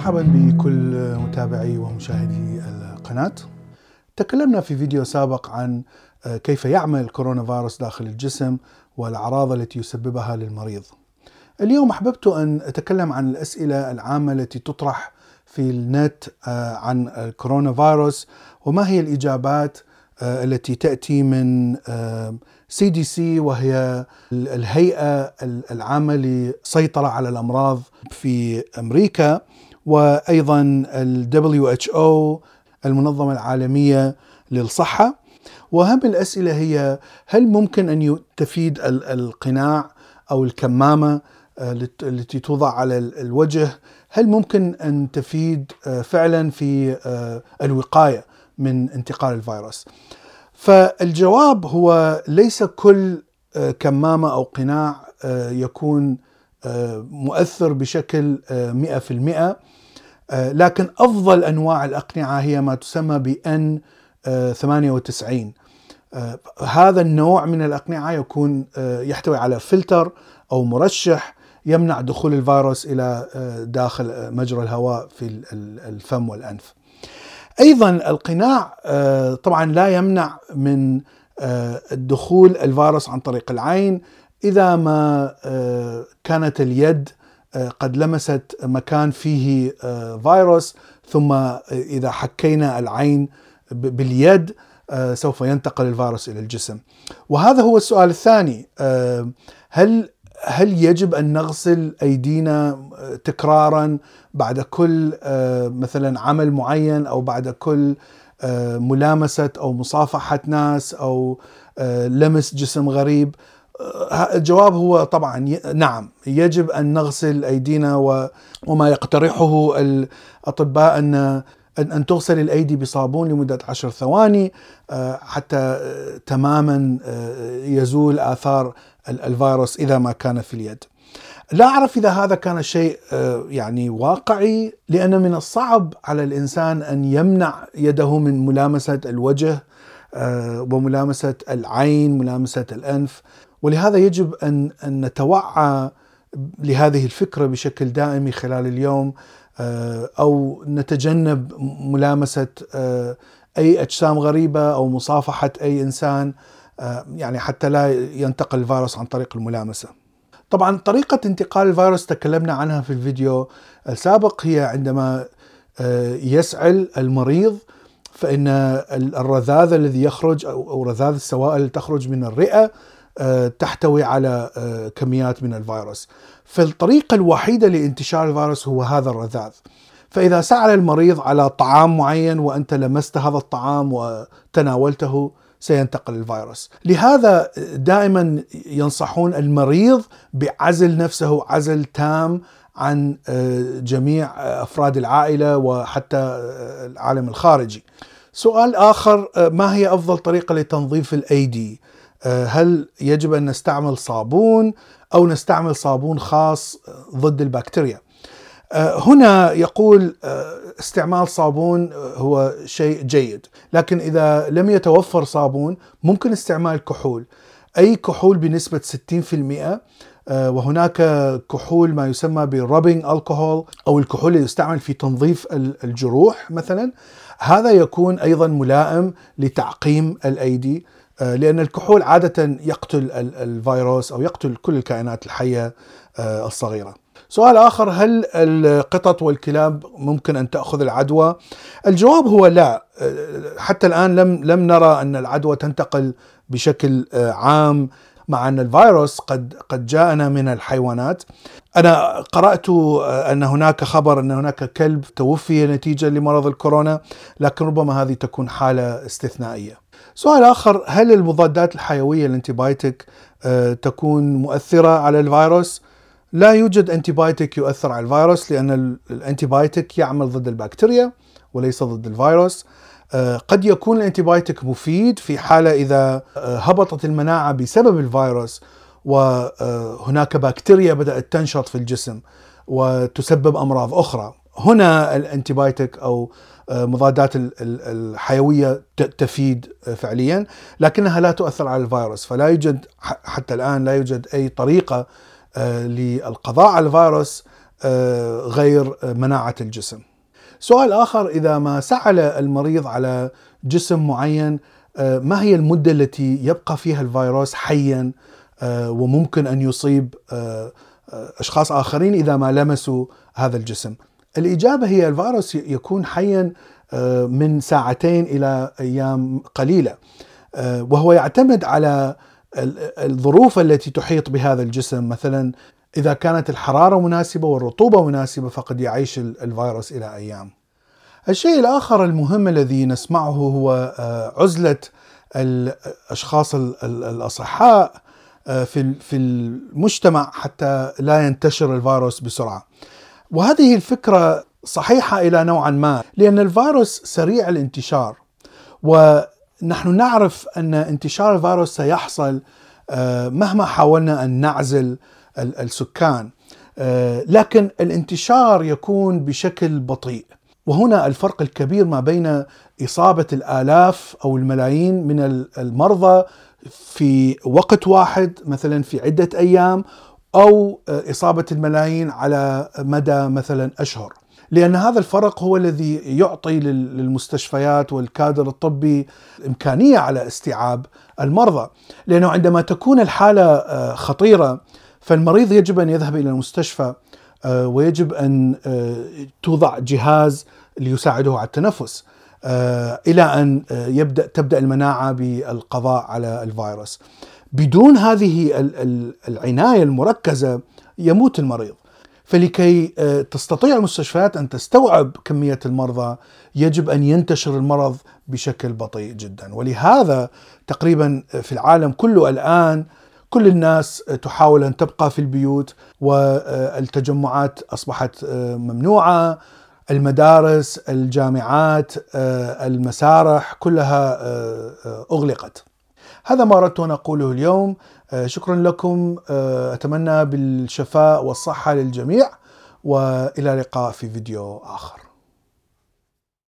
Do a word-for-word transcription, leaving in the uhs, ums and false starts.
مرحبا بكل متابعي ومشاهدي القناة. تكلمنا في فيديو سابق عن كيف يعمل الكورونا فيروس داخل الجسم والأعراض التي يسببها للمريض. اليوم أحببت أن أتكلم عن الأسئلة العامة التي تطرح في النت عن الكورونا فيروس، وما هي الإجابات التي تأتي من سي دي سي، وهي الهيئة العامة للسيطرة على الأمراض في أمريكا، وأيضا ال دبليو إتش أو المنظمة العالمية للصحة. وأهم الأسئلة هي: هل ممكن أن تفيد القناع أو الكمامة التي توضع على الوجه، هل ممكن أن تفيد فعلا في الوقاية من انتقال الفيروس؟ فالجواب هو ليس كل كمامة أو قناع يكون مؤثر بشكل مئة في المئة، لكن أفضل أنواع الأقنعة هي ما تسمى ب إن ثمانية وتسعين. هذا النوع من الأقنعة يكون يحتوي على فلتر أو مرشح يمنع دخول الفيروس إلى داخل مجرى الهواء في الفم والأنف. أيضا القناع طبعا لا يمنع من الدخول الفيروس عن طريق العين إذا ما كانت اليد قد لمست مكان فيه فيروس، ثم إذا حكينا العين باليد سوف ينتقل الفيروس إلى الجسم. وهذا هو السؤال الثاني: هل هل يجب أن نغسل أيدينا تكرارا بعد كل مثلا عمل معين، أو بعد كل ملامسة أو مصافحة ناس أو لمس جسم غريب؟ الجواب هو طبعا نعم، يجب أن نغسل أيدينا، وما يقترحه الأطباء أن أن تغسل الأيدي بصابون لمدة عشر ثواني حتى تماما يزول آثار الفيروس إذا ما كان في اليد. لا أعرف إذا هذا كان شيء يعني واقعي، لأن من الصعب على الإنسان أن يمنع يده من ملامسة الوجه وملامسة العين، ملامسة الأنف، ولهذا يجب أن أن نتوعى لهذه الفكرة بشكل دائم خلال اليوم، أو نتجنب ملامسة أي أجسام غريبة أو مصافحة أي إنسان، يعني حتى لا ينتقل الفيروس عن طريق الملامسة. طبعا طريقة انتقال الفيروس تكلمنا عنها في الفيديو السابق، هي عندما يسعل المريض، فإن الرذاذ الذي يخرج أو رذاذ السوائل التي تخرج من الرئة تحتوي على كميات من الفيروس. فالطريقة الوحيدة لانتشار الفيروس هو هذا الرذاذ. فإذا سعل المريض على طعام معين وأنت لمست هذا الطعام وتناولته، سينتقل الفيروس. لهذا دائما ينصحون المريض بعزل نفسه عزل تام عن جميع أفراد العائلة وحتى العالم الخارجي. سؤال آخر: ما هي أفضل طريقة لتنظيف الأيدي؟ هل يجب أن نستعمل صابون أو نستعمل صابون خاص ضد البكتيريا؟ هنا يقول استعمال صابون هو شيء جيد، لكن إذا لم يتوفر صابون ممكن استعمال كحول، أي كحول بنسبة ستين في المئة. وهناك كحول ما يسمى بالرابينج الكحول، أو الكحول اللي يستعمل في تنظيف الجروح مثلا، هذا يكون أيضا ملائم لتعقيم الأيدي، لأن الكحول عادة يقتل الفيروس أو يقتل كل الكائنات الحية الصغيرة. سؤال آخر: هل القطط والكلاب ممكن أن تأخذ العدوى؟ الجواب هو لا. حتى الآن لم لم نرى أن العدوى تنتقل بشكل عام، مع أن الفيروس قد قد جاءنا من الحيوانات. أنا قرأت أن هناك خبر أن هناك كلب توفي نتيجة لمرض الكورونا، لكن ربما هذه تكون حالة استثنائية. سؤال آخر: هل المضادات الحيوية الانتيبايوتيك تكون مؤثرة على الفيروس؟ لا يوجد انتيبايوتيك يؤثر على الفيروس، لأن الانتيبايوتيك يعمل ضد البكتيريا وليس ضد الفيروس. قد يكون الانتيبايوتيك مفيد في حالة إذا هبطت المناعة بسبب الفيروس وهناك بكتيريا بدأت تنشط في الجسم وتسبب أمراض أخرى. هنا الانتيبايوتيك أو مضادات الحيوية تفيد فعليا، لكنها لا تؤثر على الفيروس. فلا يوجد حتى الآن لا يوجد أي طريقة للقضاء على الفيروس غير مناعة الجسم. سؤال آخر: إذا ما سعل المريض على جسم معين، ما هي المدة التي يبقى فيها الفيروس حيا وممكن أن يصيب أشخاص آخرين إذا ما لمسوا هذا الجسم؟ الإجابة هي الفيروس يكون حيا من ساعتين إلى أيام قليلة، وهو يعتمد على الظروف التي تحيط بهذا الجسم. مثلا إذا كانت الحرارة مناسبة والرطوبة مناسبة فقد يعيش الفيروس إلى أيام. الشيء الآخر المهم الذي نسمعه هو عزلة الأشخاص الأصحاء في المجتمع حتى لا ينتشر الفيروس بسرعة. وهذه الفكرة صحيحة إلى نوعا ما، لأن الفيروس سريع الانتشار، ونحن نعرف أن انتشار الفيروس سيحصل مهما حاولنا أن نعزل السكان، لكن الانتشار يكون بشكل بطيء. وهنا الفرق الكبير ما بين إصابة الآلاف أو الملايين من المرضى في وقت واحد، مثلا في عدة أيام، أو إصابة الملايين على مدى مثلا أشهر، لأن هذا الفرق هو الذي يعطي للمستشفيات والكادر الطبي إمكانية على استيعاب المرضى. لأنه عندما تكون الحالة خطيرة فالمريض يجب أن يذهب إلى المستشفى، ويجب أن توضع جهاز ليساعده على التنفس إلى أن يبدأ تبدأ المناعة بالقضاء على الفيروس. بدون هذه العناية المركزة يموت المريض. فلكي تستطيع المستشفيات أن تستوعب كمية المرضى يجب أن ينتشر المرض بشكل بطيء جدا. ولهذا تقريبا في العالم كله الآن كل الناس تحاول أن تبقى في البيوت، والتجمعات أصبحت ممنوعة، المدارس، الجامعات، المسارح كلها أغلقت. هذا ما أردت أن أقوله اليوم. شكرا لكم، أتمنى بالشفاء والصحة للجميع، وإلى اللقاء في فيديو آخر.